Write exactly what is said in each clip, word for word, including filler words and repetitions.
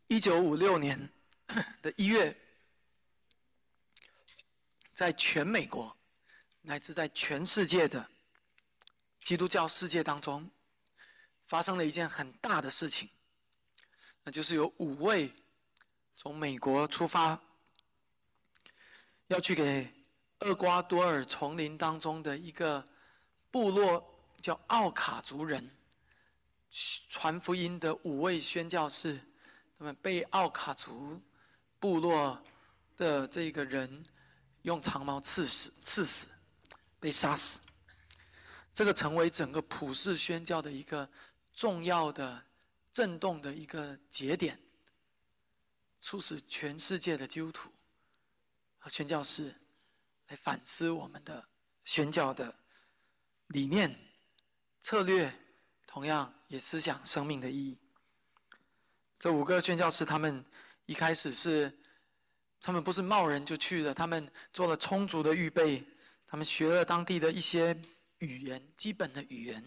一九五六年的一月，在全美国乃至在全世界的基督教世界当中，发生了一件很大的事情，那就是有五位从美国出发，要去给厄瓜多尔丛林当中的一个部落叫奥卡族人传福音的五位宣教士，他们被奥卡族部落的这个人用长矛刺死，刺死，被杀死。这个成为整个普世宣教的一个重要的震动的一个节点，促使全世界的基督徒和宣教士来反思我们的宣教的理念、策略，同样也思想生命的意义。这五个宣教士，他们一开始是，他们不是贸然就去的，他们做了充足的预备，他们学了当地的一些语言，基本的语言。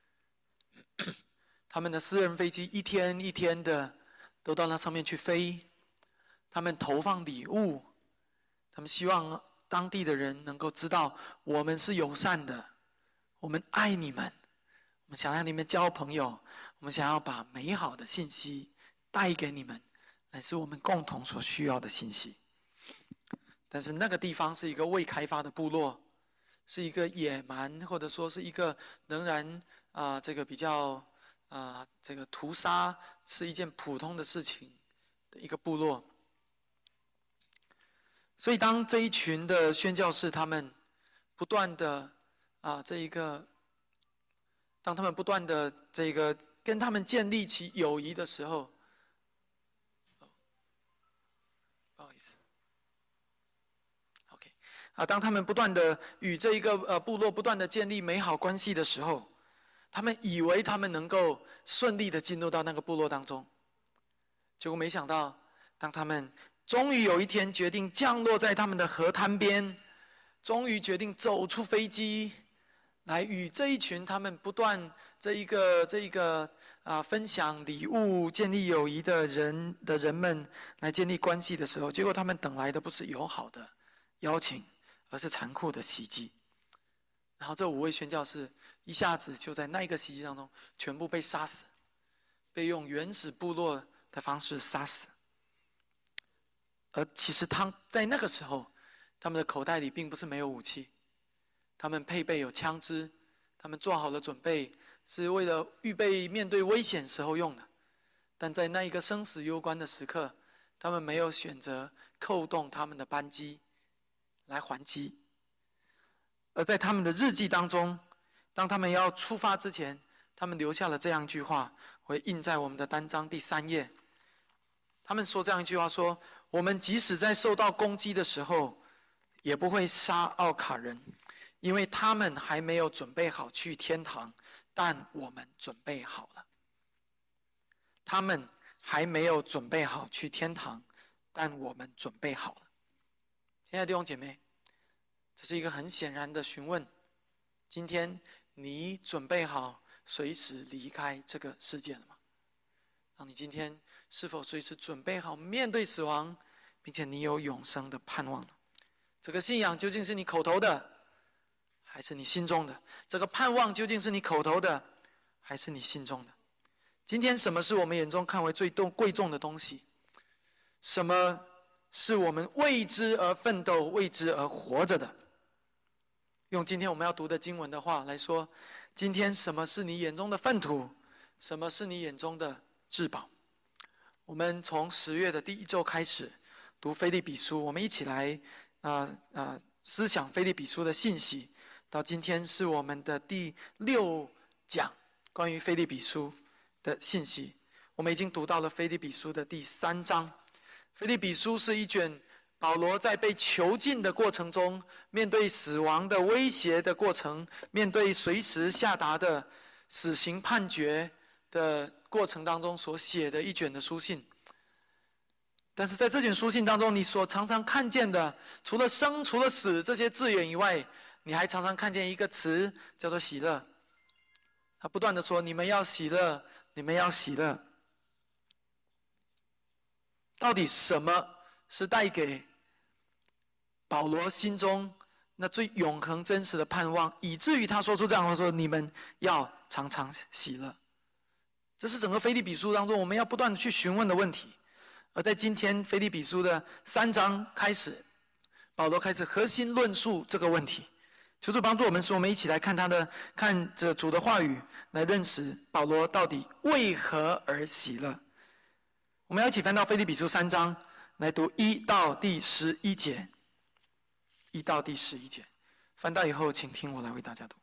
他们的私人飞机一天一天的都到那上面去飞，他们投放礼物，他们希望当地的人能够知道我们是友善的，我们爱你们，我们想让你们交朋友，我们想要把美好的信息带给你们，乃是我们共同所需要的信息。但是那个地方是一个未开发的部落，是一个野蛮，或者说是一个仍然啊、呃、这个比较啊、呃、这个屠杀是一件普通的事情的一个部落。所以当这一群的宣教士他们不断的啊、呃、这一个当他们不断的这个跟他们建立起友谊的时候，不好意思 ，OK 啊，当他们不断的与这一个呃部落不断的建立美好关系的时候，他们以为他们能够顺利的进入到那个部落当中，结果没想到，当他们终于有一天决定降落在他们的河滩边，终于决定走出飞机，来与这一群他们不断这一个这一个啊分享礼物、建立友谊的人的人们来建立关系的时候，结果他们等来的不是友好的邀请，而是残酷的袭击。然后这五位宣教士一下子就在那一个袭击当中全部被杀死，被用原始部落的方式杀死。而其实他在那个时候，他们的口袋里并不是没有武器，他们配备有枪支，他们做好了准备，是为了预备面对危险时候用的。但在那一个生死攸关的时刻，他们没有选择扣动他们的扳机来还击。而在他们的日记当中，当他们要出发之前，他们留下了这样一句话，会印在我们的单章第三页。他们说这样一句话说，我们即使在受到攻击的时候，也不会杀奥卡人，因为他们还没有准备好去天堂，但我们准备好了。他们还没有准备好去天堂，但我们准备好了。亲爱的弟兄姐妹，这是一个很显然的询问。今天你准备好随时离开这个世界了吗？让你今天是否随时准备好面对死亡，并且你有永生的盼望呢？这个信仰究竟是你口头的，还是你心中的？这个盼望究竟是你口头的，还是你心中的？今天什么是我们眼中看为最贵重的东西？什么是我们为之而奋斗、为之而活着的？用今天我们要读的经文的话来说，今天什么是你眼中的粪土？什么是你眼中的至宝？我们从十月的第一周开始读腓立比书，我们一起来啊啊、呃呃、思想腓立比书的信息。到今天是我们的第六讲关于腓立比书的信息。我们已经读到了腓立比书的第三章。腓立比书是一卷保罗在被囚禁的过程中，面对死亡的威胁的过程，面对随时下达的死刑判决的过程当中所写的一卷的书信。但是在这卷书信当中，你所常常看见的，除了生、除了死这些字眼以外，你还常常看见一个词叫做喜乐。他不断的说：你们要喜乐，你们要喜乐。 到底什么是带给保罗心中那最永恒真实的盼望，以至于他说出这样的话说：你们要常常喜乐。这是整个腓立比书当中我们要不断的去询问的问题。而在今天腓立比书的三章开始，保罗开始核心论述这个问题。求主帮助我们，使我们一起来看他的看着主的话语，来认识保罗到底为何而喜乐。我们要一起翻到腓立比书三章，来读一到第十一节。一到第十一节，翻到以后，请听我来为大家读。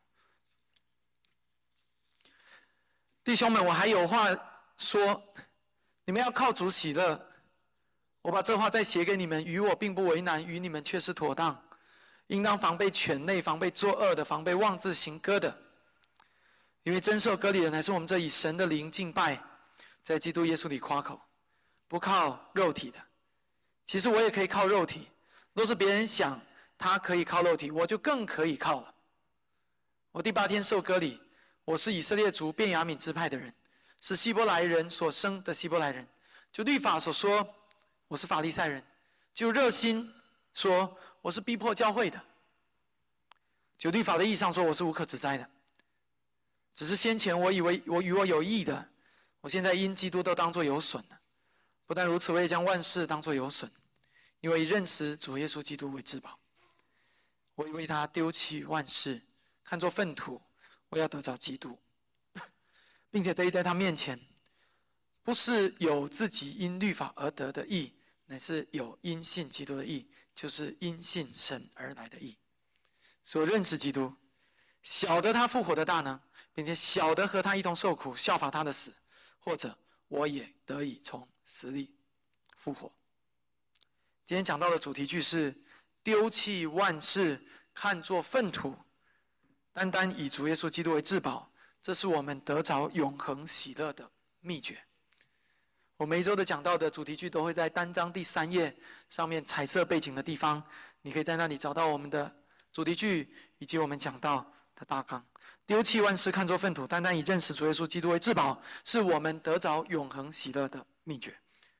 弟兄们，我还有话说，你们要靠主喜乐。我把这话再写给你们，与我并不为难，与你们却是妥当。应当防备犬类，防备作恶的，防备妄自行割的。因为真受割礼的乃是我们这以神的灵敬拜，在基督耶稣里夸口，不靠肉体的。其实我也可以靠肉体，若是别人想他可以靠肉体，我就更可以靠了。我第八天受割礼，我是以色列族便雅悯支派的人，是希伯来人所生的希伯来人。就律法所说，我是法利赛人；就热心说，我是逼迫教会的；就律法的意上说，我是无可指摘的。只是先前我以为我与我有益的，我现在因基督都当作有损了。不但如此，我也将万事当作有损，因为认识主耶稣基督为至宝。我已为他丢弃万事，看作粪土，我要得着基督，并且得以在他面前，不是有自己因律法而得的义，乃是有因信基督的义，就是因信神而来的义。所以我认识基督，晓得他复活的大能，并且晓得和他一同受苦，效法他的死，或者我也得以从死里复活。今天讲到的主题句是丢弃万事，看作粪土，单单以主耶稣基督为至宝，这是我们得着永恒喜乐的秘诀。我每一周的讲到的主题句都会在单章第三页上面彩色背景的地方，你可以在那里找到我们的主题句以及我们讲到的大纲。丢弃万事，看作粪土，单单以认识主耶稣基督为至宝，是我们得着永恒喜乐的秘诀。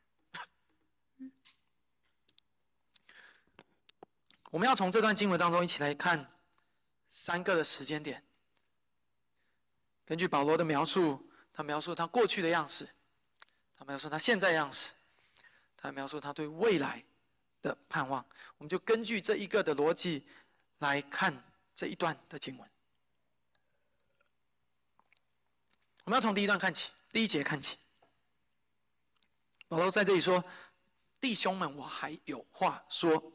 我们要从这段经文当中一起来看三个的时间点。根据保罗的描述，他描述他过去的样式，他描述他现在的样式，他描述他对未来的盼望。我们就根据这一个的逻辑来看这一段的经文。我们要从第一段看起，第一节看起。保罗在这里说：弟兄们，我还有话说。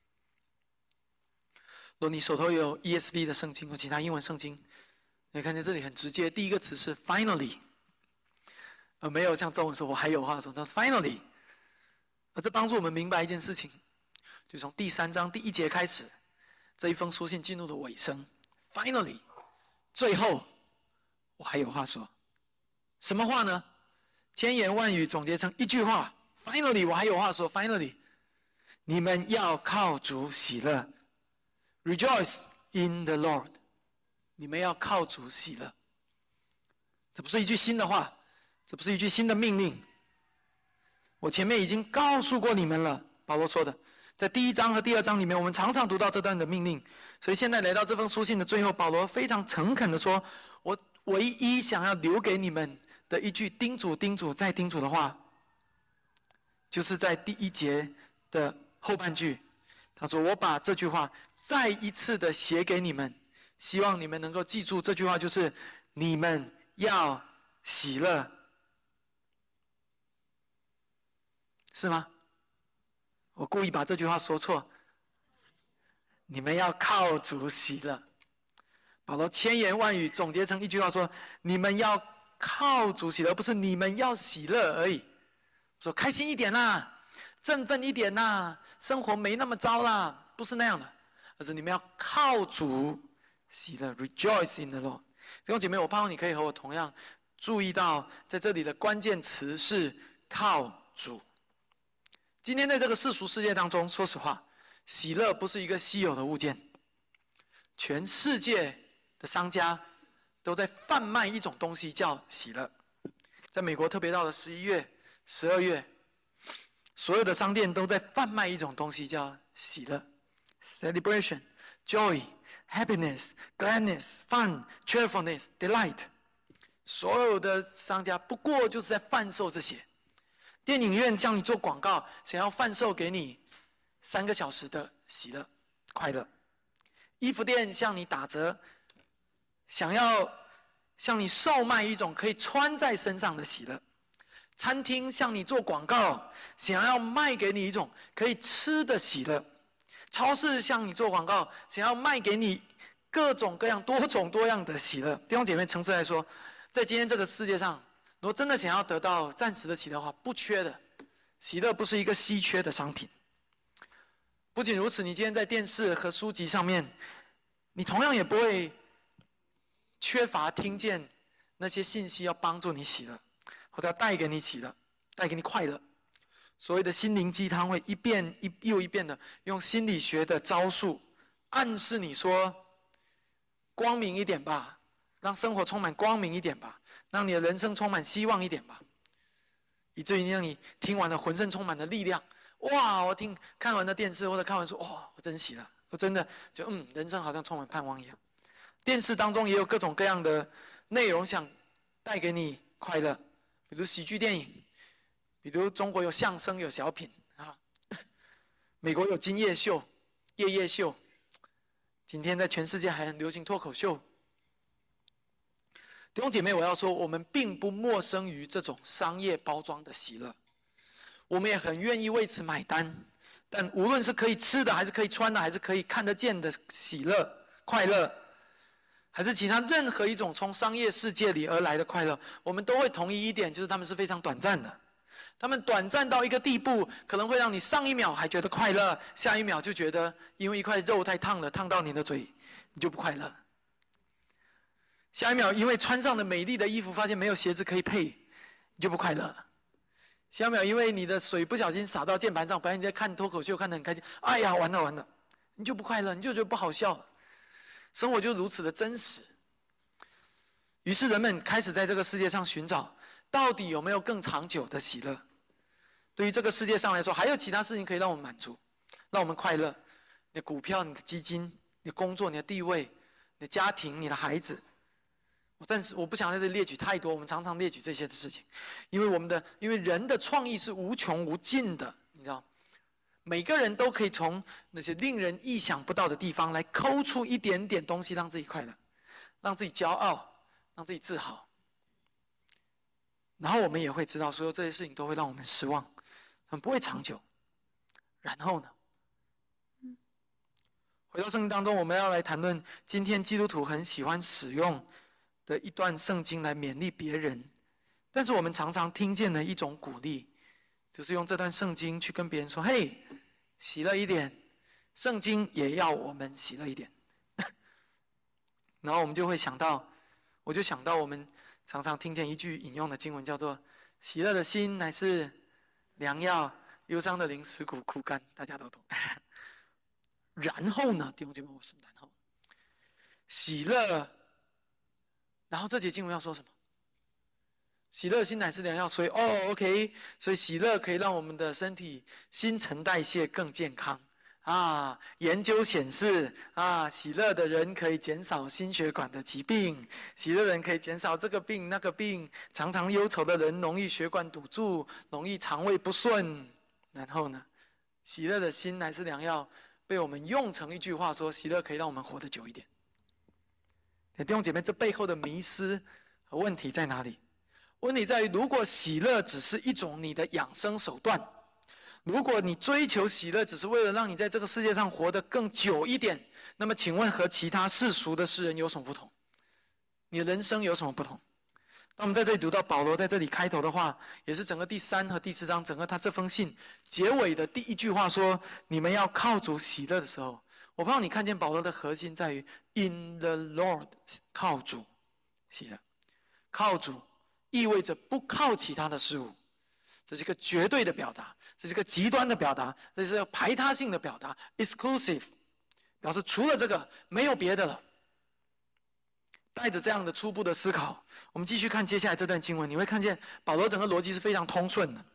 如果你手头有 E S V 的圣经或其他英文圣经，你会看见这里很直接，第一个词是 finally， 而没有像中文说我还有话说，它是 finally。而这帮助我们明白一件事情，就从第三章第一节开始，这一封书信进入了尾声 ，finally， 最后我还有话说。什么话呢？千言万语总结成一句话 ，finally， 我还有话说 ，finally， 你们要靠主喜乐。Rejoice in the Lord， 你们要靠主喜乐。这不是一句新的话，这不是一句新的命令。我前面已经告诉过你们了，保罗说的，在第一章和第二章里面，我们常常读到这段的命令。所以现在来到这封书信的最后，保罗非常诚恳的说，我唯一想要留给你们的一句叮嘱、叮嘱再叮嘱的话，就是在第一节的后半句，他说：“我把这句话再一次的写给你们，希望你们能够记住这句话，就是你们要喜乐，是吗？我故意把这句话说错，你们要靠主喜乐。保罗千言万语总结成一句话说：你们要靠主喜乐，不是你们要喜乐而已。说开心一点啦，振奋一点啦，生活没那么糟啦，不是那样的。而是你们要靠主喜乐 ，rejoice in the Lord。弟兄姐妹，我盼望你可以和我同样注意到，在这里的关键词是靠主。今天在这个世俗世界当中，说实话，喜乐不是一个稀有的物件。全世界的商家都在贩卖一种东西，叫喜乐。在美国，特别到了十一月、十二月， 所有的商店都在贩卖一种东西，叫喜乐 （celebration, joy, happiness, gladness, fun, cheerfulness, delight）。所有的商家不过就是在贩售这些。电影院向你做广告，想要贩售给你三个小时的喜乐、快乐。衣服店向你打折，想要向你售卖一种可以穿在身上的喜乐。餐厅向你做广告，想要卖给你一种可以吃的喜乐。超市向你做广告，想要卖给你各种各样、多种多样的喜乐。弟兄姐妹，诚实来说，在今天这个世界上，如果真的想要得到暂时的喜乐的话，不缺的。喜乐不是一个稀缺的商品。不仅如此，你今天在电视和书籍上面，你同样也不会缺乏听见那些信息要帮助你喜乐，或者要带给你喜乐，带给你快乐。所谓的心灵鸡汤会一遍一又一遍的用心理学的招数暗示你说，光明一点吧，让生活充满光明一点吧，让你的人生充满希望一点吧，以至于让你听完了浑身充满了力量。哇！我听看完了电视或者看完说，哇，我真喜乐，我真的就嗯，人生好像充满盼望一样。电视当中也有各种各样的内容想带给你快乐，比如喜剧电影，比如中国有相声有小品啊，美国有今夜秀、夜夜秀，今天在全世界还很流行脱口秀。弟兄姐妹，我要说，我们并不陌生于这种商业包装的喜乐，我们也很愿意为此买单。但无论是可以吃的，还是可以穿的，还是可以看得见的喜乐、快乐，还是其他任何一种从商业世界里而来的快乐，我们都会同意一点，就是他们是非常短暂的。他们短暂到一个地步，可能会让你上一秒还觉得快乐，下一秒就觉得因为一块肉太烫了，烫到你的嘴，你就不快乐。下一秒因为穿上了美丽的衣服，发现没有鞋子可以配，你就不快乐。下一秒因为你的水不小心洒到键盘上，本来你在看脱口秀看得很开心，哎呀完了完了，你就不快乐，你就觉得不好笑了。生活就如此的真实。于是人们开始在这个世界上寻找，到底有没有更长久的喜乐。对于这个世界上来说，还有其他事情可以让我们满足，让我们快乐。你的股票、你的基金、你的工作、你的地位、你的家庭、你的孩子。我暂时我不想在这里列举太多，我们常常列举这些的事情，因为我们的因为人的创意是无穷无尽的，你知道，每个人都可以从那些令人意想不到的地方来抠出一点点东西，让自己快乐，让自己骄傲，让自己自豪。然后我们也会知道，所有这些事情都会让我们失望，很不会长久。然后呢？回到圣经当中，我们要来谈论今天基督徒很喜欢使用的一段圣经来勉励别人，但是我们常常听见的一种鼓励，就是用这段圣经去跟别人说：“嘿，喜乐一点，圣经也要我们喜乐一点。”然后我们就会想到，我就想到我们常常听见一句引用的经文，叫做“喜乐的心乃是良药，忧伤的灵使骨枯干”，大家都懂。然后呢，弟兄姐妹，我说然后，喜乐。然后这节经文要说什么？喜乐心乃是良药，所以哦 ，OK， 所以喜乐可以让我们的身体新陈代谢更健康啊。研究显示啊，喜乐的人可以减少心血管的疾病，喜乐的人可以减少这个病那个病。常常忧愁的人容易血管堵住，容易肠胃不顺。然后呢，喜乐的心乃是良药，被我们用成一句话说，喜乐可以让我们活得久一点。弟兄姐妹，这背后的迷思和问题在哪里？问题在于，如果喜乐只是一种你的养生手段，如果你追求喜乐只是为了让你在这个世界上活得更久一点，那么请问和其他世俗的诗人有什么不同？你的人生有什么不同？当我们在这里读到保罗在这里开头的话，也是整个第三和第四章，整个他这封信结尾的第一句话说：“你们要靠主喜乐”的时候，我不知道你看见保罗的核心在于 in the Lord， 靠主喜乐。靠主意味着不靠其他的事物，这是一个绝对的表达，这是一个极端的表达，这是一个排他性的表达 exclusive， 表示除了这个没有别的了。带着这样的初步的思考，我们继续看接下来这段经文，你会看见保罗整个逻辑是非常通顺的。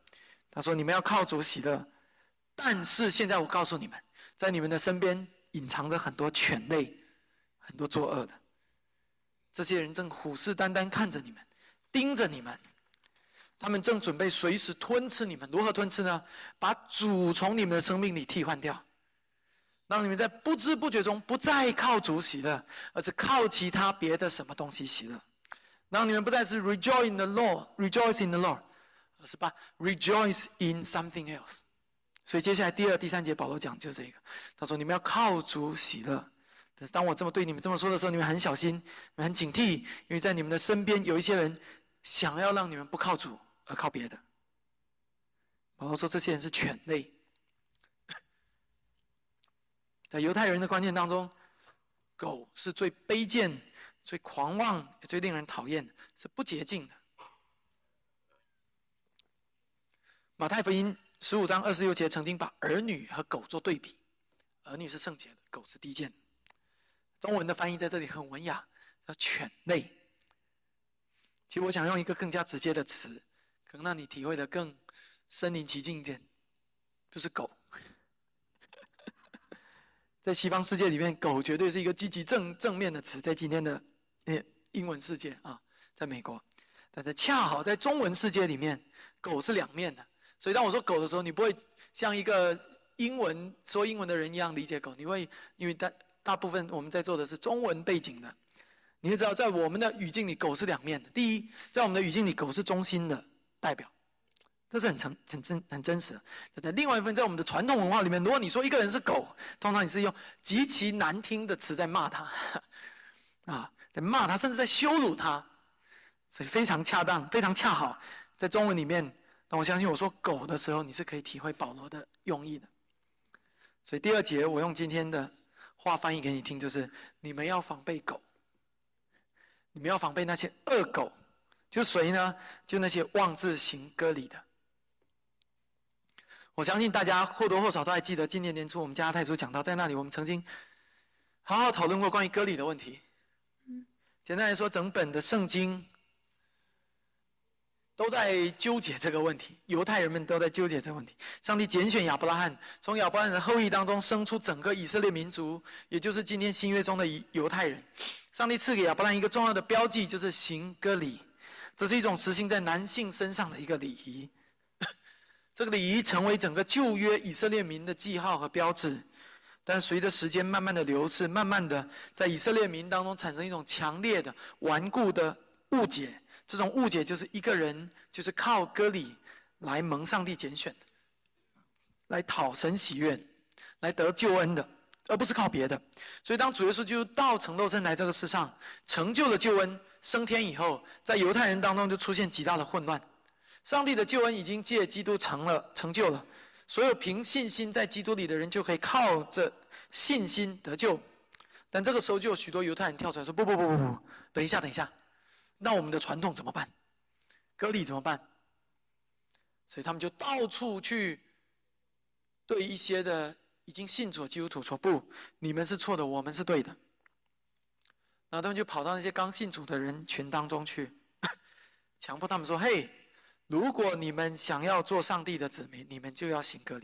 他说：“你们要靠主喜乐，但是现在我告诉你们，在你们的身边隐藏着很多犬类，很多作恶的。这些人正虎视眈眈看着你们，盯着你们。他们正准备随时吞吃你们。如何吞吃呢？把主从你们的生命里替换掉，让你们在不知不觉中不再靠主喜乐，而是靠其他别的什么东西喜乐。让你们不再是 rejoice in the Lord, rejoice in the Lord， 而是把 rejoice in something else。所以接下来第二、第三节保罗讲就是这个。他说：你们要靠主喜乐。但是当我这么对你们这么说的时候，你们很小心，你们很警惕，因为在你们的身边有一些人想要让你们不靠主，而靠别的。保罗说这些人是犬类。在犹太人的观念当中，狗是最卑贱、最狂妄、也最令人讨厌的，是不洁净的。马太福音十五章二十六节曾经把儿女和狗做对比，儿女是圣洁的，狗是低贱的。中文的翻译在这里很文雅，叫犬类。其实我想用一个更加直接的词，可能让你体会得更身临其境一点，就是狗。在西方世界里面，狗绝对是一个积极正正面的词，在今天的英文世界啊，在美国，但是恰好在中文世界里面，狗是两面的。所以当我说狗的时候，你不会像一个英文说英文的人一样理解狗，你会因为大大部分我们在做的是中文背景的，你会知道在我们的语境里，狗是两面的。第一，在我们的语境里，狗是中心的代表。这是很诚、很真、很真实的。在另外一份，在我们的传统文化里面，如果你说一个人是狗，通常你是用极其难听的词在骂他，啊，在骂他，甚至在羞辱他，所以非常恰当、非常恰好。在中文里面，当我相信我说狗的时候，你是可以体会保罗的用意的。所以第二节，我用今天的话翻译给你听，就是你们要防备狗，你们要防备那些恶狗，就谁呢？就那些妄自行割礼的。我相信大家或多或少都还记得，今年年初我们加拉太书讲到，在那里我们曾经好好讨论过关于割礼的问题。简单来说，整本的圣经都在纠结这个问题，犹太人们都在纠结这个问题。上帝拣选亚伯拉罕，从亚伯拉罕的后裔当中生出整个以色列民族，也就是今天新约中的犹太人。上帝赐给亚伯拉罕一个重要的标记，就是行割礼，这是一种实行在男性身上的一个礼仪。这个礼仪成为整个旧约以色列民的记号和标志，但随着时间慢慢的流逝，慢慢的在以色列民当中产生一种强烈的顽固的误解。这种误解就是一个人就是靠割礼来蒙上帝拣选的，来讨神喜悦，来得救恩的，而不是靠别的。所以当主耶稣基督道成肉身来这个世上，成就了救恩，升天以后，在犹太人当中就出现极大的混乱。上帝的救恩已经借基督成了成就了，所有凭信心在基督里的人就可以靠着信心得救。但这个时候就有许多犹太人跳出来说：不不不不不，等一下等一下，那我们的传统怎么办？割礼怎么办？所以他们就到处去对一些的已经信主的基督徒说：不，你们是错的，我们是对的。然后他们就跑到那些刚信主的人群当中去，强迫他们说：嘿，如果你们想要做上帝的子民，你们就要行割礼。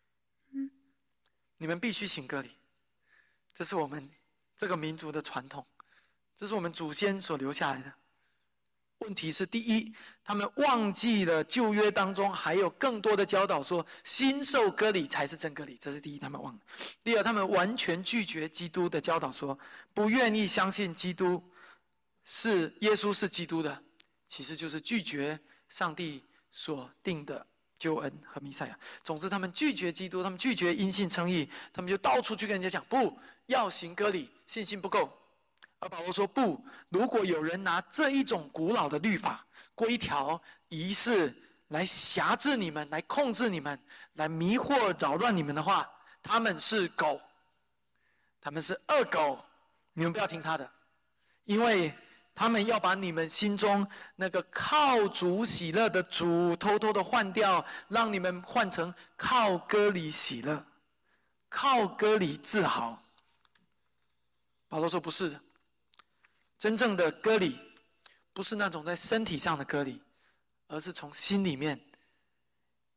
你们必须行割礼，这是我们这个民族的传统，这是我们祖先所留下来的。问题是，第一，他们忘记了旧约当中还有更多的教导，说新受割礼才是真割礼，这是第一，他们忘了。第二，他们完全拒绝基督的教导，说不愿意相信基督是耶稣是基督的，其实就是拒绝上帝所定的救恩和弥赛亚。总之，他们拒绝基督，他们拒绝因信称义，他们就到处去跟人家讲，不要行割礼，信心不够。而保罗说：不，如果有人拿这一种古老的律法、规条、仪式来辖制你们、来控制你们、来迷惑扰乱你们的话，他们是狗，他们是恶狗，你们不要听他的，因为他们要把你们心中那个靠主喜乐的主偷偷的换掉，让你们换成靠割礼喜乐，靠割礼自豪。保罗说：不是的，真正的割礼不是那种在身体上的割礼，而是从心里面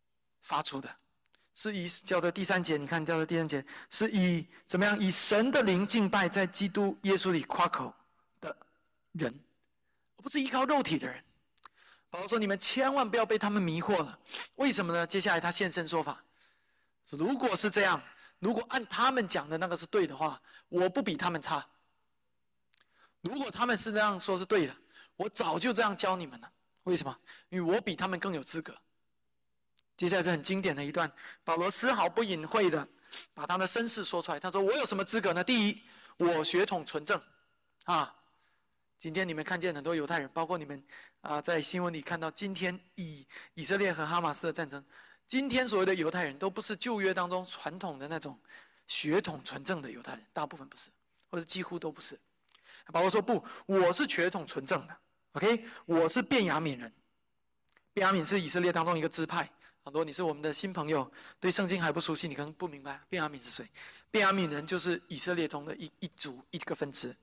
发出的，是以叫做第三节，你看叫做第三节，是以怎么样？以神的灵敬拜，在基督耶稣里夸口的人，而不是依靠肉体的人。保罗说：“你们千万不要被他们迷惑了。为什么呢？接下来他现身说法，说如果是这样，如果按他们讲的那个是对的话，我不比他们差。如果他们是这样说是对的，我早就这样教你们了。为什么？因为我比他们更有资格。”接下来是很经典的一段，保罗丝毫不隐晦的把他的身世说出来。他说：“我有什么资格呢？第一，我血统纯正，啊。”今天你们看见很多犹太人，包括你们啊，在新闻里看到，今天以以色列和哈马斯的战争，今天所谓的犹太人都不是旧约当中传统的那种血统纯正的犹太人，大部分不是，或者几乎都不是。保罗说不，我是血统纯正的 ，OK， 我是便雅悯人。便雅悯是以色列当中一个支派。很多你是我们的新朋友，对圣经还不熟悉，你可能不明白便雅悯是谁。便雅悯人就是以色列中的一一族一个分支。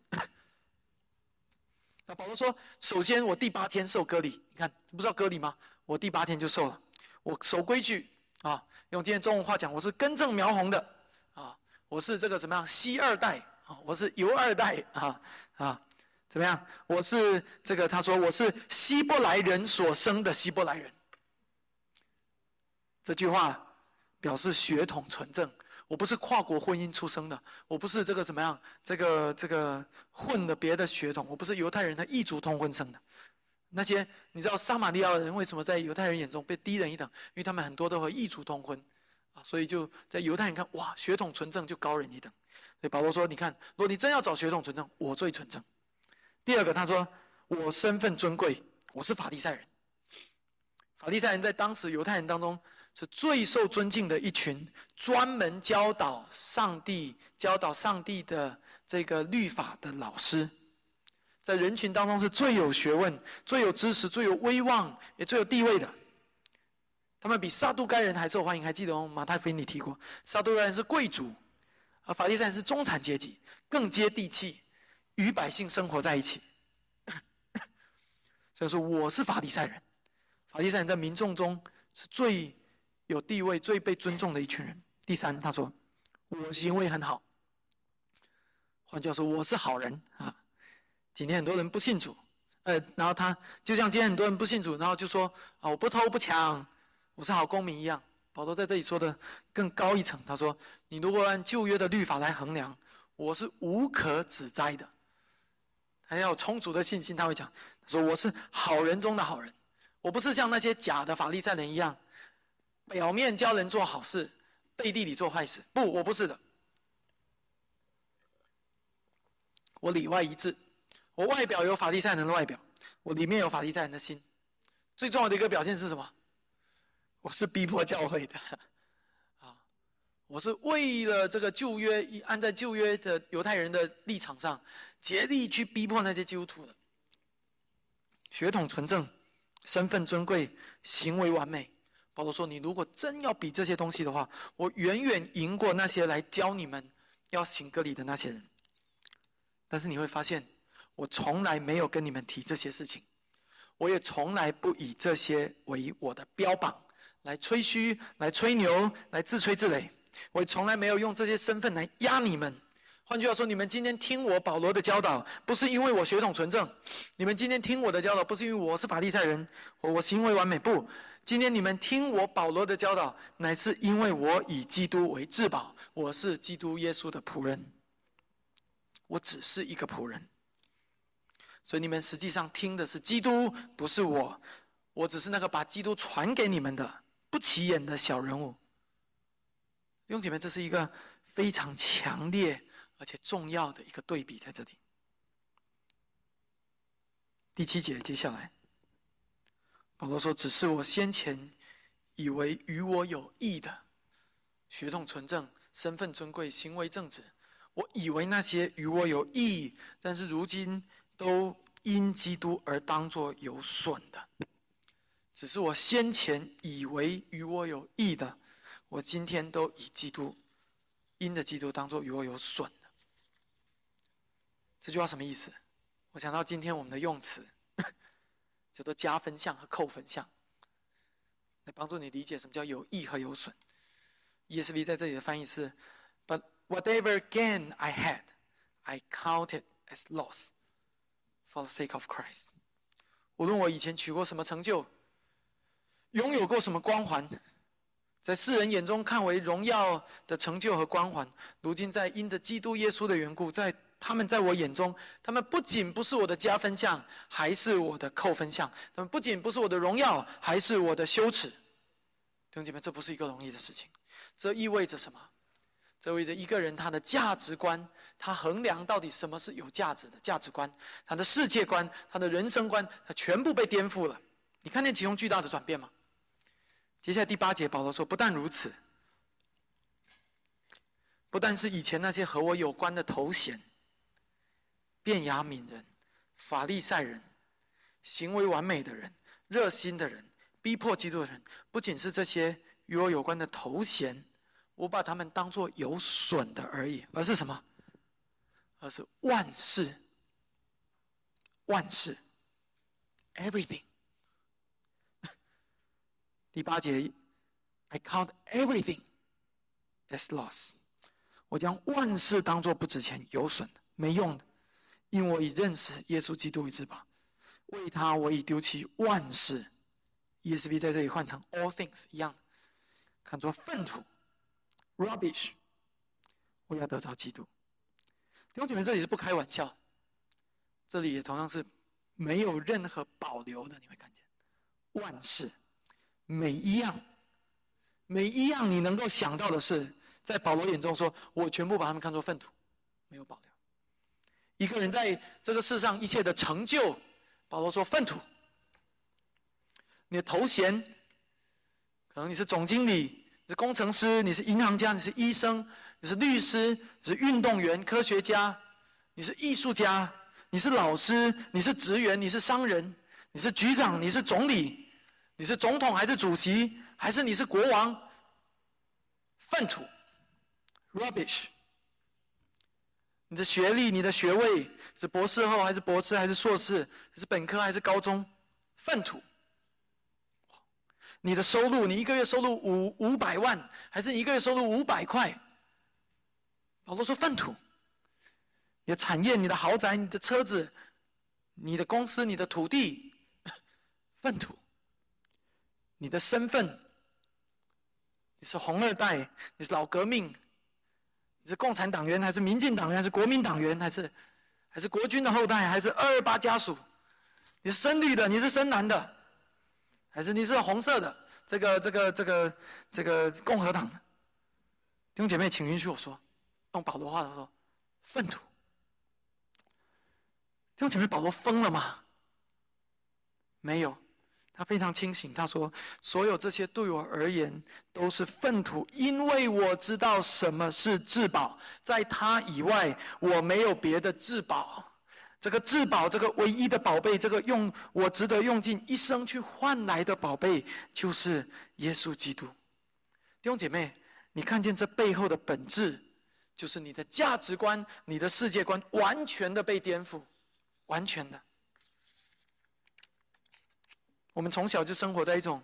那保罗说：“首先，我第八天受割礼，你看，不知道割礼吗？我第八天就受了。我守规矩啊，用今天中文话讲，我是根正苗红的啊，我是这个怎么样？西二代啊，我是犹二代啊啊，怎么样？我是这个，他说我是希伯来人所生的希伯来人。这句话表示血统纯正。”我不是跨国婚姻出生的，我不是这个怎么样，这个这个混的别的血统，我不是犹太人的异族通婚生的。那些你知道撒玛利亚人为什么在犹太人眼中被低人一等？因为他们很多都和异族通婚，啊，所以就在犹太人看，哇，血统纯正就高人一等。所以保罗说，你看，如果你真要找血统纯正，我最纯正。第二个，他说我身份尊贵，我是法利赛人。法利赛人在当时犹太人当中是最受尊敬的一群，专门教导上帝、教导上帝的这个律法的老师，在人群当中是最有学问、最有知识、最有威望，也最有地位的。他们比撒都该人还受欢迎，还记得哦？马太福音里提过，撒都该人是贵族，而法利赛人是中产阶级，更接地气，与百姓生活在一起。所以说，我是法利赛人。法利赛人在民众中是最有地位、最被尊重的一群人。第三，他说我行为很好，换句话说，我是好人啊。今天很多人不信主，呃，然后他就像今天很多人不信主，然后就说啊，我不偷不抢，我是好公民一样。保罗在这里说的更高一层，他说你如果按旧约的律法来衡量，我是无可指摘的。还要有充足的信心，他会讲，他说我是好人中的好人。我不是像那些假的法利赛人一样，表面教人做好事，背地里做坏事。不，我不是的。我里外一致，我外表有法利赛人的外表，我里面有法利赛人的心。最重要的一个表现是什么？我是逼迫教会的，啊，我是为了这个旧约，按在旧约的犹太人的立场上，竭力去逼迫那些基督徒的。血统纯正。身份尊贵，行为完美。保罗说：“你如果真要比这些东西的话，我远远赢过那些来教你们要行割礼的那些人。但是你会发现，我从来没有跟你们提这些事情，我也从来不以这些为我的标榜，来吹嘘、来吹牛、来自吹自擂。我也从来没有用这些身份来压你们。”换句话说，你们今天听我保罗的教导，不是因为我血统纯正；你们今天听我的教导，不是因为我是法利赛人，我我行为完美。不，今天你们听我保罗的教导，乃是因为我以基督为至宝，我是基督耶稣的仆人，我只是一个仆人。所以你们实际上听的是基督，不是我，我只是那个把基督传给你们的不起眼的小人物。弟兄姐妹，这是一个非常强烈而且重要的一个对比在这里。第七节接下来，保罗说：“只是我先前以为与我有益的，血统纯正、身份尊贵、行为正直，我以为那些与我有益，但是如今都因基督而当作有损的。只是我先前以为与我有益的，我今天都以基督因着基督当作与我有损的。”这句话什么意思？我想到今天我们的用词叫做加分项和扣分项。 来帮助你理解什么叫有益和有损。E S V 在这里的翻译是 But whatever gain I had, I counted as loss for the sake of Christ。 无论我以前取过什么成就，拥有过什么光环，在世人眼中看为荣耀的成就和光环，如今在因着基督耶稣的缘故，在他们在我眼中，他们不仅不是我的加分项，还是我的扣分项。他们不仅不是我的荣耀，还是我的羞耻。弟兄姐妹，这不是一个容易的事情。这意味着什么？这意味着一个人他的价值观，他衡量到底什么是有价值的价值观，他的世界观，他的人生观，他全部被颠覆了。你看见其中巨大的转变吗？接下来第八节，保罗说，不但如此，不但是以前那些和我有关的头衔，便雅悯人、法利赛人、行为完美的人、热心的人、逼迫基督的人，不仅是这些与我有关的头衔，我把他们当作有损的而已，而是什么？而是万事，万事 ，everything。第八节 ，I count everything as loss。我将万事当作不值钱、有损的、没用的，因我已认识耶稣基督为至宝，为他我已丢弃万事。E S V 在这里换成 all things 一样，看作粪土 ，rubbish。我要得着基督。弟兄姐妹，这里是不开玩笑，这里也同样是没有任何保留的。你会看见万事，每一样，每一样你能够想到的事，在保罗眼中说，我全部把他们看作粪土，没有保留。一个人在这个世上一切的成就，保罗说粪土。你的头衔，可能你是总经理，你是工程师，你是银行家，你是医生，你是律师，你是运动员、科学家，你是艺术家，你是老师，你是职员，你是商人，你是局长，你是总理，你是总统还是主席，还是你是国王？粪土 ，rubbish。你的学历、你的学位是博士后还是博士还是硕士，还是本科还是高中？粪土。你的收入，你一个月收入五五百万，还是你一个月收入五百块？保罗说粪土。你的产业、你的豪宅、你的车子、你的公司、你的土地，粪土。你的身份，你是红二代，你是老革命，你是共产党员还是民进党员，还是国民党员，还是还是国军的后代，还是二二八家属？你是深绿的，你是深蓝的，还是你是红色的？这个这个这个这个共和党的？弟兄姐妹，请允许我说，用保罗话说，粪土。弟兄姐妹，保罗疯了吗？没有，他非常清醒。他说，所有这些对我而言都是粪土，因为我知道什么是至宝，在他以外我没有别的至宝。这个至宝，这个唯一的宝贝，这个用我值得用尽一生去换来的宝贝，就是耶稣基督。弟兄姐妹，你看见这背后的本质，就是你的价值观、你的世界观完全的被颠覆，完全的。我们从小就生活在一种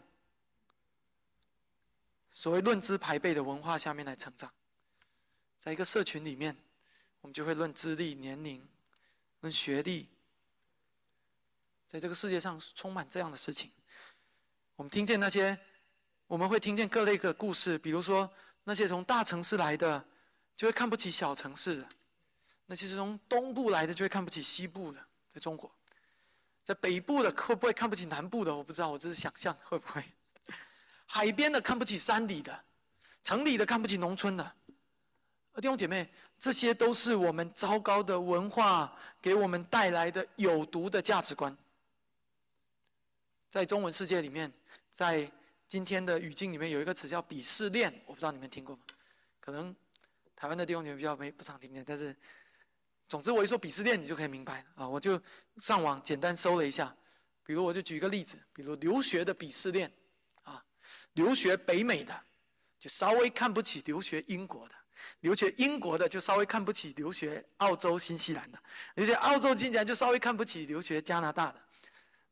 所谓论资排辈的文化下面来成长，在一个社群里面，我们就会论资历、年龄、论学历。在这个世界上充满这样的事情，我们听见那些，我们会听见各类的故事，比如说那些从大城市来的，就会看不起小城市的；那些是从东部来的，就会看不起西部的，在中国。在北部的会不会看不起南部的？我不知道，我只是想象会不会。海边的看不起山里的，城里的看不起农村的。弟兄姐妹，这些都是我们糟糕的文化给我们带来的有毒的价值观。在中文世界里面，在今天的语境里面有一个词叫鄙视链，我不知道你们听过吗？可能台湾的弟兄姐妹比较没不常听见，但是总之我一说鄙视链，你就可以明白了啊！我就上网简单搜了一下，比如我就举一个例子，比如留学的鄙视链啊，留学北美的就稍微看不起留学英国的，留学英国的就稍微看不起留学澳洲、新西兰的，留学澳洲、新西兰就稍微看不起留学加拿大的，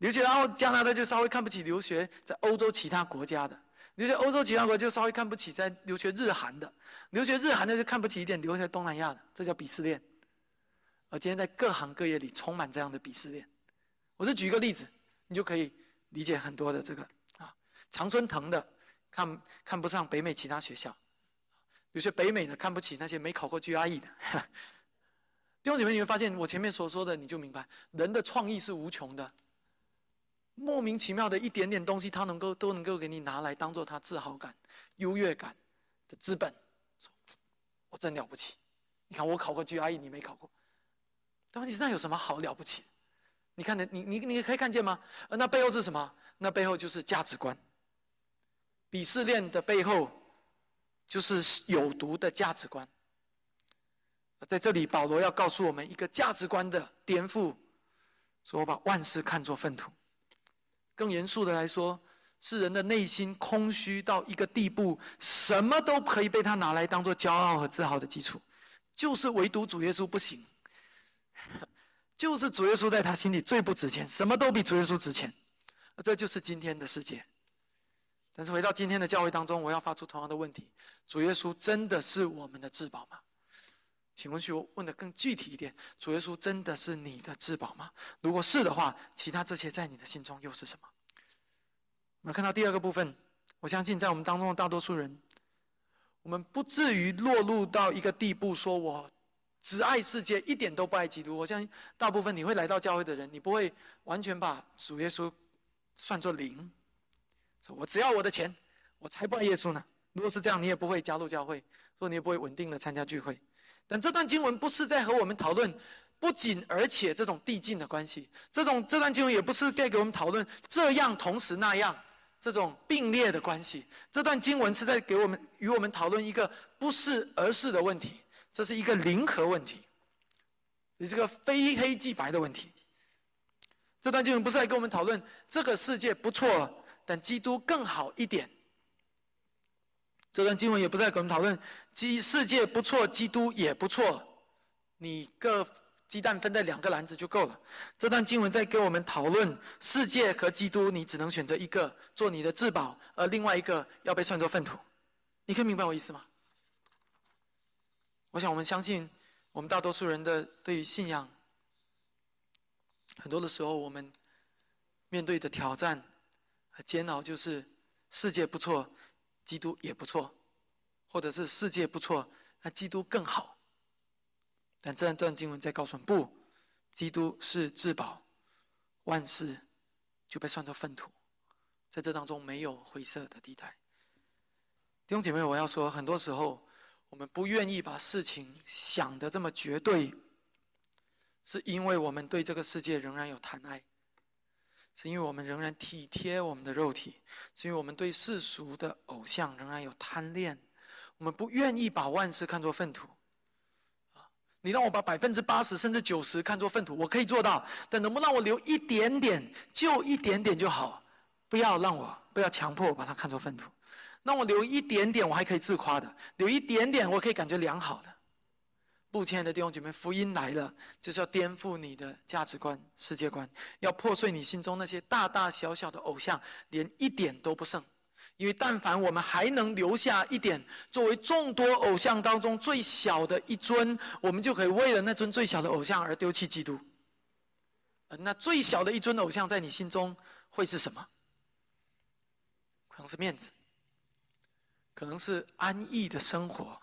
留学然后加拿大就稍微看不起留学在欧洲其他国家的，留学欧洲其他国家就稍微看不起在留学日韩的，留学日韩的就看不起一点留学东南亚的，这叫鄙视链。而今天在各行各业里充满这样的鄙视链。我是举一个例子，你就可以理解很多的这个啊，常春藤的看看不上北美其他学校，有些北美的看不起那些没考过 G R E 的。弟兄姐妹，你会发现我前面所说的，你就明白，人的创意是无穷的，莫名其妙的一点点东西，他能够都能够给你拿来当做他自豪感、优越感的资本。说我真了不起，你看我考过 G R E， 你没考过。但问题是那有什么好了不起的？你看，你你你可以看见吗？而那背后是什么？那背后就是价值观。鄙视链的背后就是有毒的价值观。在这里，保罗要告诉我们一个价值观的颠覆，说我把万事看作粪土。更严肃的来说，是人的内心空虚到一个地步，什么都可以被他拿来当作骄傲和自豪的基础，就是唯独主耶稣不行。就是主耶稣在他心里最不值钱，什么都比主耶稣值钱。这就是今天的世界。但是回到今天的教会当中，我要发出同样的问题：主耶稣真的是我们的至宝吗？请问许我问得更具体一点，主耶稣真的是你的至宝吗？如果是的话，其他这些在你的心中又是什么？我们看到第二个部分，我相信在我们当中的大多数人，我们不至于落入到一个地步，说我只爱世界，一点都不爱基督。我相信大部分你会来到教会的人，你不会完全把主耶稣算作零，说我只要我的钱，我才不爱耶稣呢。如果是这样，你也不会加入教会，说你也不会稳定的参加聚会。但这段经文不是在和我们讨论不仅而且这种递进的关系，这种这段经文也不是在给我们讨论这样同时那样这种并列的关系。这段经文是在给我们与我们讨论一个不是而是的问题，这是一个零和问题，也是个非黑即白的问题。这段经文不是在跟我们讨论这个世界不错，但基督更好一点。这段经文也不是在跟我们讨论世界不错，基督也不错，你各鸡蛋分在两个篮子就够了。这段经文在给我们讨论世界和基督，你只能选择一个做你的至宝，而另外一个要被算作粪土。你可以明白我意思吗？我想我们相信，我们大多数人的对于信仰，很多的时候我们面对的挑战和煎熬就是世界不错，基督也不错，或者是世界不错，那基督更好。但这段经文在告诉我们，不，基督是至宝，万事就被算作粪土，在这当中没有灰色的地带。弟兄姐妹，我要说，很多时候我们不愿意把事情想得这么绝对，是因为我们对这个世界仍然有贪爱，是因为我们仍然体贴我们的肉体，是因为我们对世俗的偶像仍然有贪恋。我们不愿意把万事看作粪土。你让我把百分之八十甚至九十看作粪土，我可以做到，但能不能让我留一点点，就一点点就好，不要让我不要强迫我把它看作粪土。让我留一点点，我还可以自夸的；留一点点，我可以感觉良好的。不，亲爱的弟兄姐妹，福音来了，就是要颠覆你的价值观、世界观，要破碎你心中那些大大小小的偶像，连一点都不剩。因为但凡我们还能留下一点，作为众多偶像当中最小的一尊，我们就可以为了那尊最小的偶像而丢弃基督。而那最小的一尊偶像在你心中会是什么？可能是面子，可能是安逸的生活。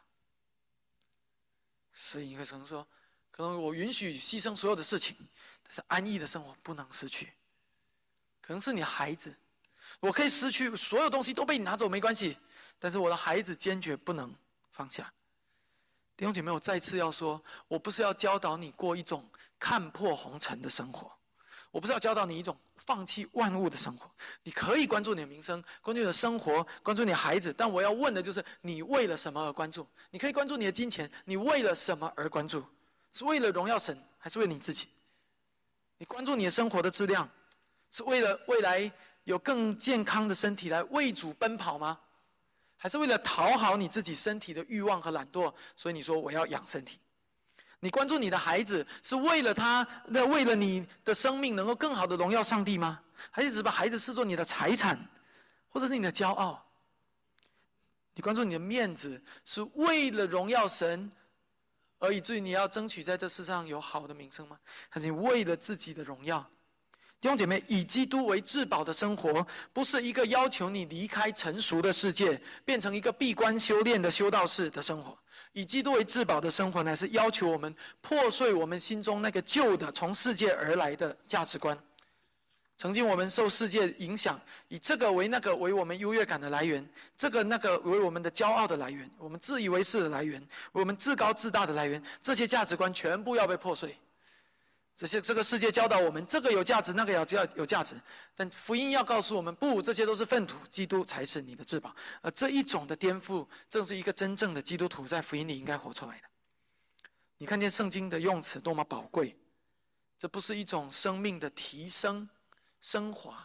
所以你会可能说，可能我允许牺牲所有的事情，但是安逸的生活不能失去。可能是你孩子，我可以失去所有东西都被你拿走没关系，但是我的孩子坚决不能放下。弟兄姐妹，我再次要说，我不是要教导你过一种看破红尘的生活，我不是要教导你一种放弃万物的生活。你可以关注你的名声，关注你的生活，关注你的孩子，但我要问的就是你为了什么而关注？你可以关注你的金钱，你为了什么而关注？是为了荣耀神，还是为了你自己？你关注你的生活的质量，是为了未来有更健康的身体来为主奔跑吗？还是为了讨好你自己身体的欲望和懒惰，所以你说我要养身体？你关注你的孩子，是为了他，为了你的生命能够更好的荣耀上帝吗？ 还是只把孩子视作你的财产，或者是你的骄傲？你关注你的面子，是为了荣耀神，而以至于你要争取在这世上有好的名声吗？还是你为了自己的荣耀？弟兄姐妹，以基督为至宝的生活，不是一个要求你离开成熟的世界，变成一个闭关修炼的修道士的生活。以基督为至宝的生活，乃是要求我们破碎我们心中那个旧的从世界而来的价值观。曾经我们受世界影响，以这个为那个为我们优越感的来源，这个那个为我们的骄傲的来源，我们自以为是的来源，为我们自高自大的来源，这些价值观全部要被破碎。这些这个世界教导我们，这个有价值，那个要有价值，但福音要告诉我们，不，这些都是粪土，基督才是你的至宝。而这一种的颠覆，正是一个真正的基督徒在福音里应该活出来的。你看见圣经的用词多么宝贵，这不是一种生命的提升、升华。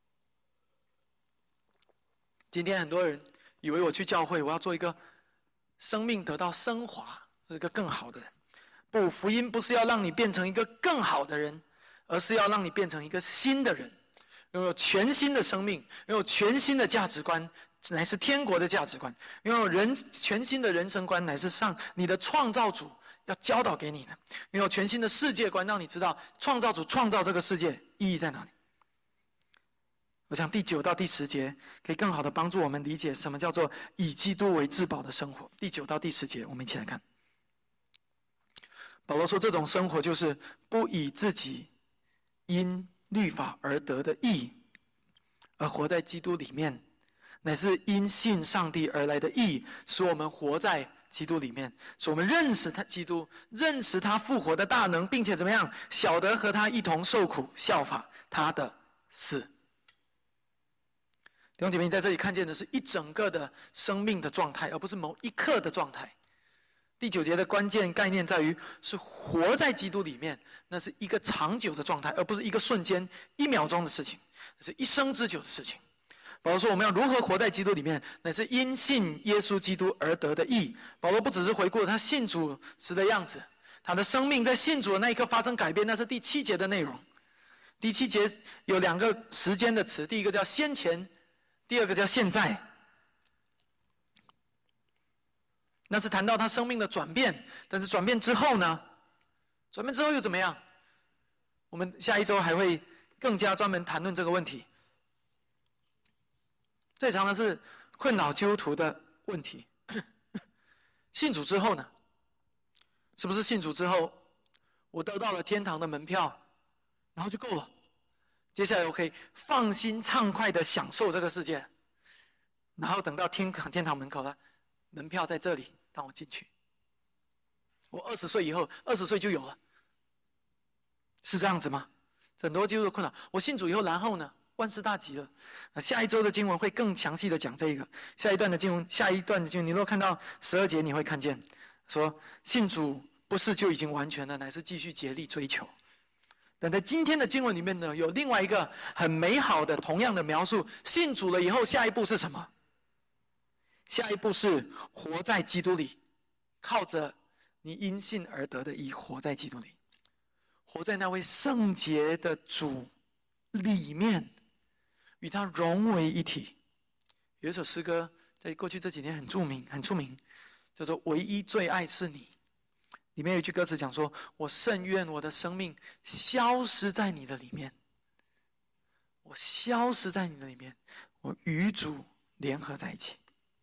今天很多人以为我去教会，我要做一个生命得到升华，是一个更好的人。不，福音不是要让你变成一个更好的人，而是要让你变成一个新的人，拥有全新的生命，拥有全新的价值观，乃是天国的价值观，拥有人全新的人生观，乃是上你的创造主要教导给你的，拥有全新的世界观，让你知道创造主创造这个世界意义在哪里。我想第九到第十节可以更好的帮助我们理解什么叫做以基督为至宝的生活。第九到第十节，我们一起来看。保罗说，这种生活就是不以自己因律法而得的义，而活在基督里面，乃是因信上帝而来的义，使我们活在基督里面，使我们认识他基督，认识他复活的大能，并且怎么样，晓得和他一同受苦，效法他的死。弟兄姐妹，你在这里看见的是一整个的生命的状态，而不是某一刻的状态。第九节的关键概念在于，是活在基督里面，那是一个长久的状态，而不是一个瞬间、一秒钟的事情，那是一生之久的事情。保罗说，我们要如何活在基督里面，乃是因信耶稣基督而得的义。保罗不只是回顾他信主时的样子，他的生命在信主的那一刻发生改变，那是第七节的内容。第七节有两个时间的词，第一个叫先前，第二个叫现在。那是谈到他生命的转变，但是转变之后呢？转变之后又怎么样？我们下一周还会更加专门谈论这个问题。这常常是困扰基督徒的问题。信主之后呢？是不是信主之后，我得到了天堂的门票，然后就够了？接下来我可以放心畅快的享受这个世界，然后等到天天堂门口了，门票在这里。让我进去。我二十岁以后，二十岁就有了，是这样子吗？很多基督徒困扰。我信主以后，然后呢？万事大吉了。下一周的经文会更详细的讲这个。下一段的经文，下一段的经文，你如果看到十二节，你会看见说，信主不是就已经完全了，乃是继续竭力追求。但在今天的经文里面呢，有另外一个很美好的、同样的描述：信主了以后，下一步是什么？下一步是活在基督里，靠着你因信而得的义，活在基督里，活在那位圣洁的主里面，与他融为一体。有一首诗歌在过去这几年很著名，很出名，叫做《唯一最爱是你》。里面有一句歌词讲说：我甚愿我的生命消失在你的里面，我消失在你的里面，我与主联合在一起。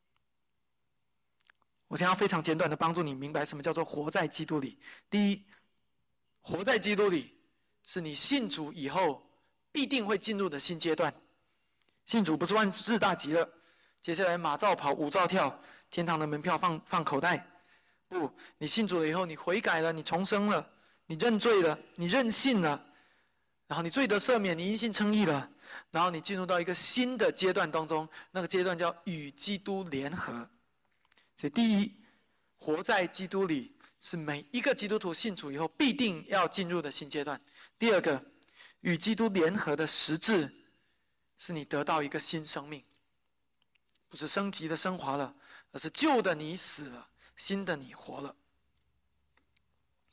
我想要非常简短的帮助你明白什么叫做活在基督里。第一，活在基督里是你信主以后必定会进入的新阶段。信主不是万事大吉了，接下来马照跑，舞照跳，天堂的门票放放口袋。不，你信主了以后，你悔改了，你重生了，你认罪了，你认信了，然后你罪得赦免，你因信称义了，然后你进入到一个新的阶段当中，那个阶段叫与基督联合。所以第一，活在基督里是每一个基督徒信主以后必定要进入的新阶段。第二个，与基督联合的实质是你得到一个新生命，不是升级的升华了，而是旧的你死了，新的你活了。弟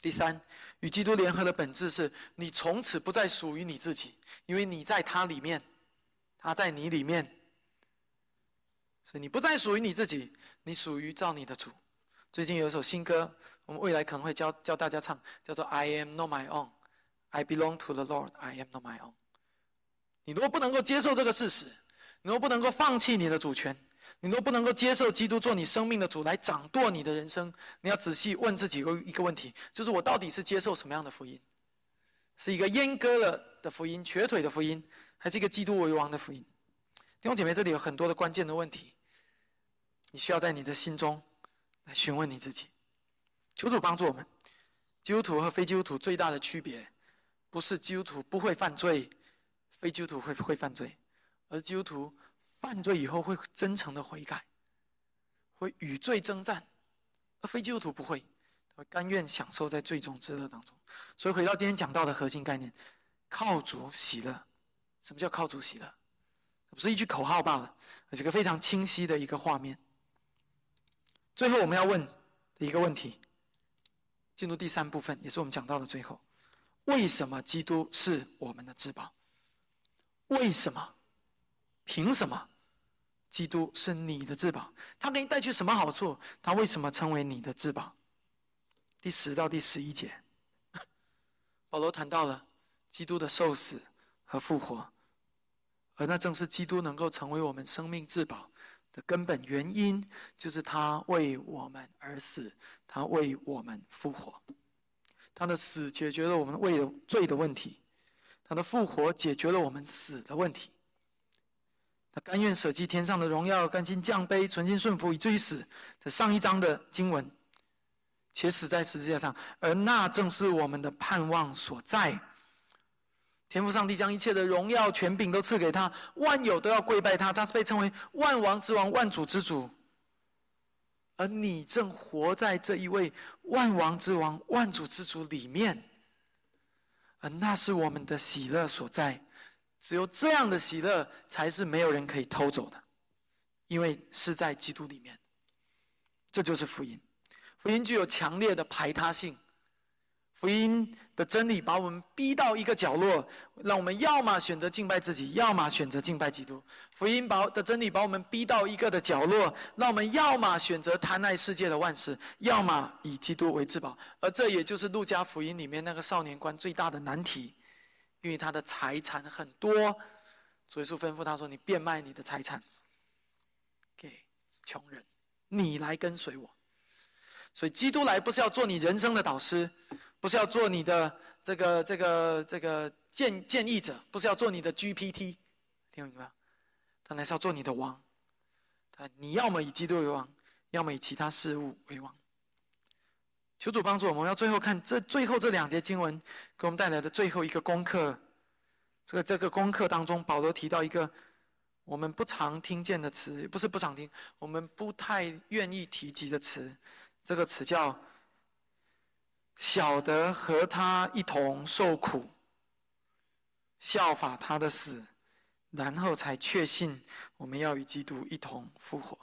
第三，与基督联合的本质是你从此不再属于你自己，因为你在他里面，他在你里面，所以你不再属于你自己，你属于造你的主。最近有一首新歌，我们未来可能会教教大家唱，叫做 I am not my own, I belong to the Lord, I am not my own。 你如果不能够接受这个事实，你如果不能够放弃你的主权，你若不能够接受基督做你生命的主来掌舵你的人生，你要仔细问自己一个问题，就是我到底是接受什么样的福音？是一个阉割了的福音、瘸腿的福音，还是一个基督为王的福音？弟兄姐妹，这里有很多的关键的问题，你需要在你的心中来询问你自己。求主帮助我们。基督徒和非基督徒最大的区别，不是基督徒不会犯罪，非基督徒会会犯罪，而基督徒犯罪以后会真诚的悔改，会与罪征战，而非基督徒不会，他会甘愿享受在罪中之乐当中。所以回到今天讲到的核心概念，靠主喜乐。什么叫靠主喜乐？不是一句口号罢了，而是一个非常清晰的一个画面。最后我们要问的一个问题，进入第三部分，也是我们讲到的最后：为什么基督是我们的至宝？为什么？凭什么？基督是你的至宝，他给你带去什么好处？他为什么成为你的至宝？第十到第十一节，保罗谈到了基督的受死和复活，而那正是基督能够成为我们生命至宝的根本原因，就是他为我们而死，他为我们复活。他的死解决了我们为了罪的问题，他的复活解决了我们死的问题。他甘愿舍弃天上的荣耀，甘心降卑，存心顺服，以至于死。这上一章的经文，且死在十字架上，而那正是我们的盼望所在。天父上帝将一切的荣耀权柄都赐给他，万有都要跪拜他，他是被称为万王之王，万主之主。而你正活在这一位万王之王、万主之主里面，而那是我们的喜乐所在。只有这样的喜乐，才是没有人可以偷走的，因为是在基督里面。这就是福音。福音具有强烈的排他性。福音的真理把我们逼到一个角落，让我们要么选择敬拜自己，要么选择敬拜基督。福音把的真理把我们逼到一个的角落，让我们要么选择贪爱世界的万事，要么以基督为至宝。而这也就是路加福音里面那个少年官最大的难题，因为他的财产很多，主耶稣吩咐他说：“你变卖你的财产给穷人，你来跟随我。”所以基督来不是要做你人生的导师，不是要做你的这个这个这个建建议者，不是要做你的 G P T， 听明白吗？他乃是要做你的王。你要么以基督为王，要么以其他事物为王。求主帮助我们，要最后看这最后这两节经文给我们带来的最后一个功课。这个这个功课当中，保罗提到一个我们不常听见的词，也不是不常听，我们不太愿意提及的词。这个词叫晓得和他一同受苦，效法他的死，然后才确信我们要与基督一同复活。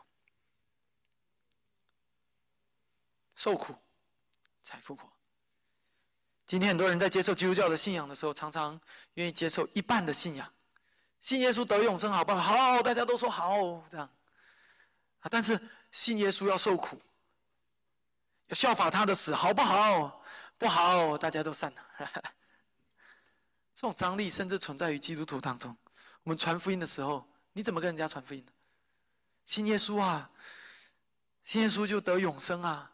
受苦才复活。今天很多人在接受基督教的信仰的时候，常常愿意接受一半的信仰，信耶稣得永生好不好？好，大家都说好，这样。但是信耶稣要受苦，要效法他的死，好不好？不好，大家都散了。这种张力甚至存在于基督徒当中。我们传福音的时候，你怎么跟人家传福音呢？信耶稣啊，信耶稣就得永生啊。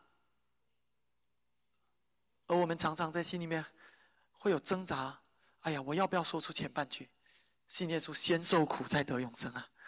而我们常常在心里面会有挣扎，哎呀，我要不要说出前半句？信耶稣先受苦再得永生啊？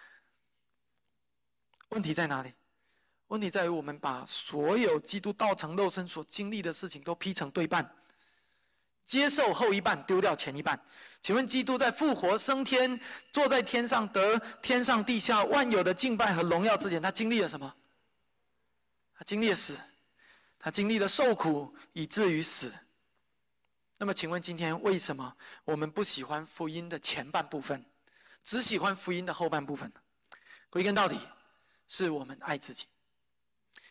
问题在哪里？问题在于我们把所有基督道成肉身所经历的事情都劈成对半，接受后一半，丢掉前一半。请问基督在复活升天，坐在天上，得天上地下万有的敬拜和荣耀之前，他经历了什么？他经历了死，他经历了受苦以至于死。那么请问今天为什么我们不喜欢福音的前半部分，只喜欢福音的后半部分呢？归根到底是我们爱自己。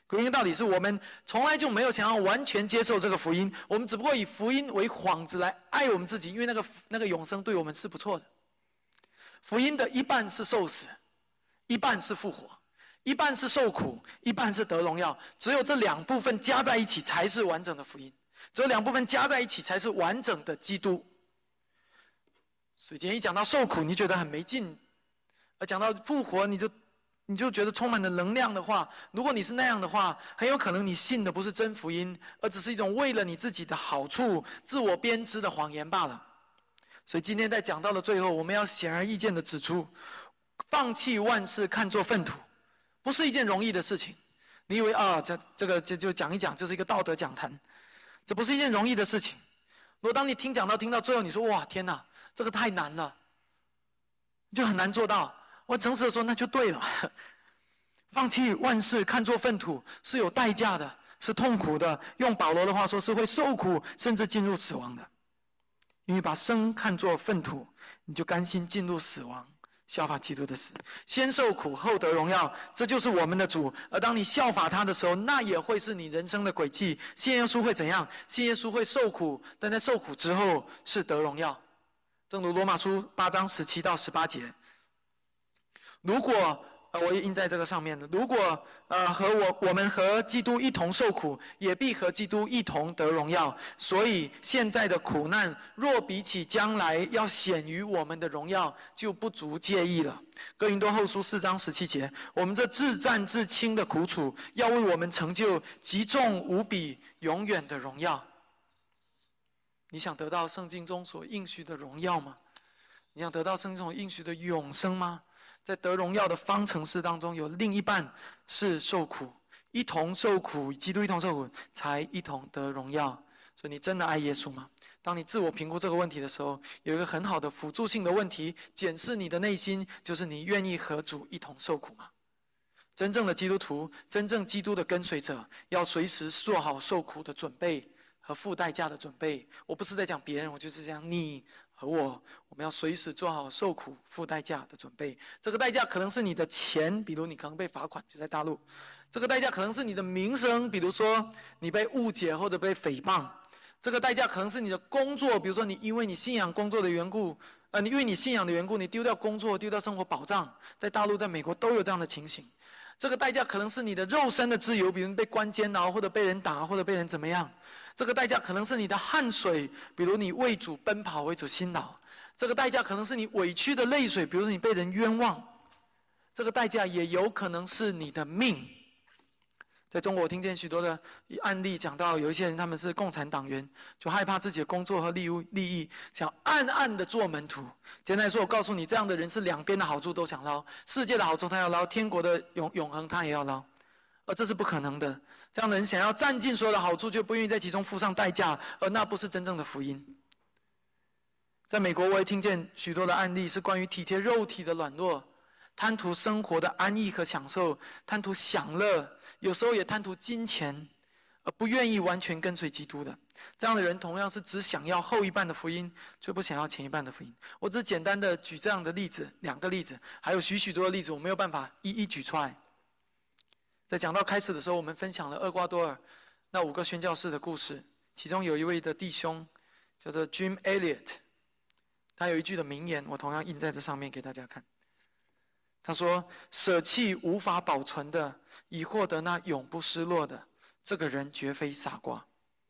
福音的道理是我们从来就没有想要完全接受这个福音，我们只不过以福音为幌子来爱我们自己，因为那个那个永生对我们是不错的。福音的一半是受死，一半是复活，一半是受苦，一半是得荣耀。只有这两部分加在一起才是完整的福音，只有两部分加在一起才是完整的基督。所以今天一讲到受苦，你觉得很没劲；而讲到复活，你就你就觉得充满了能量的话，如果你是那样的话，很有可能你信的不是真福音，而只是一种为了你自己的好处自我编织的谎言罢了。所以今天在讲到的最后，我们要显而易见的指出，放弃万事看作粪土，不是一件容易的事情。你以为啊，这这个就就讲一讲，就是一个道德讲坛，这不是一件容易的事情。如果当你听讲到听到最后，你说哇天哪，这个太难了，就很难做到。我诚实的说，那就对了。放弃万事看作粪土是有代价的，是痛苦的。用保罗的话说，是会受苦，甚至进入死亡的。因为把生看作粪土，你就甘心进入死亡，效法基督的死，先受苦后得荣耀，这就是我们的主。而当你效法他的时候，那也会是你人生的轨迹。信耶稣会怎样？信耶稣会受苦，但在受苦之后是得荣耀。正如罗马书八章十七到十八节。如果呃，我也印在这个上面了。如果呃和我我们和基督一同受苦，也必和基督一同得荣耀。所以现在的苦难，若比起将来要显于我们的荣耀，就不足介意了。哥林多后书四章十七节，我们这至战至轻的苦楚，要为我们成就极重无比、永远的荣耀。你想得到圣经中所应许的荣耀吗？你想得到圣经中所应许的永生吗？在得荣耀的方程式当中，有另一半是受苦，一同受苦，基督一同受苦，才一同得荣耀。所以你真的爱耶稣吗？当你自我评估这个问题的时候，有一个很好的辅助性的问题，检视你的内心，就是你愿意和主一同受苦吗？真正的基督徒，真正基督的跟随者，要随时做好受苦的准备和付代价的准备。我不是在讲别人，我就是讲你和我，我们要随时做好受苦、付代价的准备。这个代价可能是你的钱，比如你可能被罚款，就在大陆；这个代价可能是你的名声，比如说你被误解或者被诽谤；这个代价可能是你的工作，比如说你因为你信仰工作的缘故，呃，你因为你信仰的缘故，你丢掉工作、丢掉生活保障。在大陆、在美国都有这样的情形。这个代价可能是你的肉身的自由，比如被关监牢，或者被人打，或者被人怎么样。这个代价可能是你的汗水，比如你为主奔跑，为主辛劳。这个代价可能是你委屈的泪水，比如你被人冤枉。这个代价也有可能是你的命。在中国，我听见许多的案例讲到，有一些人他们是共产党员，就害怕自己的工作和利益，利益想暗暗的做门徒。简单来说，我告诉你，这样的人是两边的好处都想捞，世界的好处他要捞，天国的永永恒他也要捞，而这是不可能的。这样的人想要占尽所有的好处，就不愿意在其中付上代价，而那不是真正的福音。在美国，我也听见许多的案例是关于体贴肉体的软弱，贪图生活的安逸和享受，贪图享乐，有时候也贪图金钱，而不愿意完全跟随基督的。这样的人同样是只想要后一半的福音，却不想要前一半的福音。我只简单的举这样的例子，两个例子，还有许许多的例子，我没有办法一一举出来。在讲到开始的时候，我们分享了厄瓜多尔那五个宣教士的故事，其中有一位的弟兄叫做 Jim Elliot， 他有一句的名言，我同样印在这上面给大家看。他说：舍弃无法保存的，以获得那永不失落的，这个人绝非傻瓜。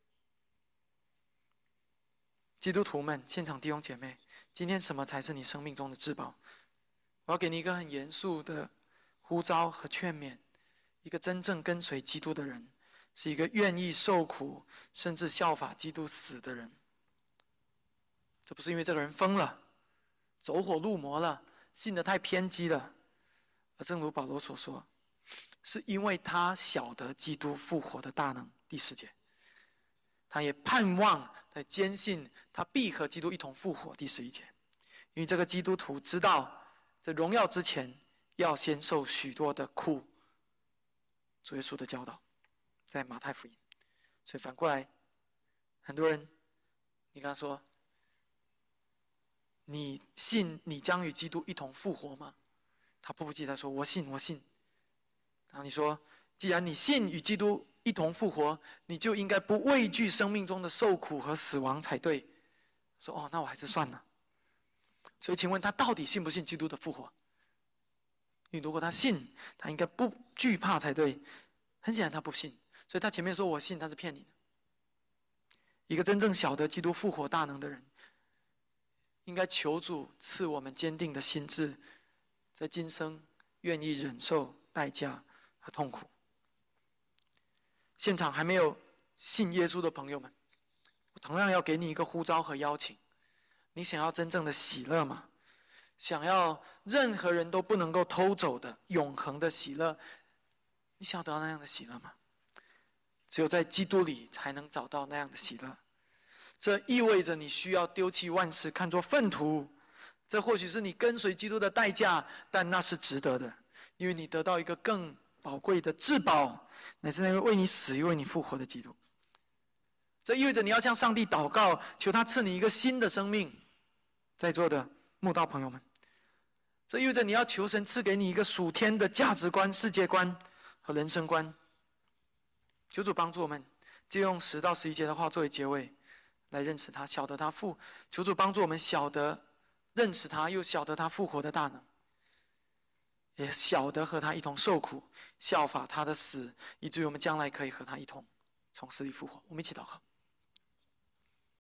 基督徒们，现场弟兄姐妹，今天什么才是你生命中的至宝？我要给你一个很严肃的呼召和劝勉。一个真正跟随基督的人，是一个愿意受苦，甚至效法基督死的人。这不是因为这个人疯了，走火入魔了，信得太偏激了，而正如保罗所说，是因为他晓得基督复活的大能。第十节，他也盼望，他坚信他必和基督一同复活。第十一节，因为这个基督徒知道，在荣耀之前要先受许多的苦。主耶稣的教导，在马太福音。所以反过来，很多人，你跟他说，你信你将与基督一同复活吗？他迫不及待说，我信，我信。然后你说， 既然你信与基督一同复活，你就应该不畏惧生命中的受苦和死亡才对。说哦，那我还是算了。所以请问他到底信不信基督的复活？因为如果他信，他应该不惧怕才对。很显然他不信，所以他前面说我信，他是骗你的。一个真正晓得基督复活大能的人，应该求主赐我们坚定的心智，在今生愿意忍受代价和痛苦。现场还没有信耶稣的朋友们，我同样要给你一个呼召和邀请。你想要真正的喜乐吗？想要任何人都不能够偷走的永恒的喜乐，你想要得到那样的喜乐吗？只有在基督里才能找到那样的喜乐。这意味着你需要丢弃万事，看作粪土。这或许是你跟随基督的代价，但那是值得的，因为你得到一个更宝贵的至宝，乃是那位为你死又为你复活的基督。这意味着你要向上帝祷告，求他赐你一个新的生命。在座的慕道朋友们，这意味着你要求神赐给你一个属天的价值观、世界观和人生观。求主帮助我们，借用十到十一节的话作为结尾，来认识他，晓得他复。求主帮助我们晓得认识他，又晓得他复活的大能，也晓得和他一同受苦，效法他的死，以至于我们将来可以和他一同从死里复活。我们一起祷告。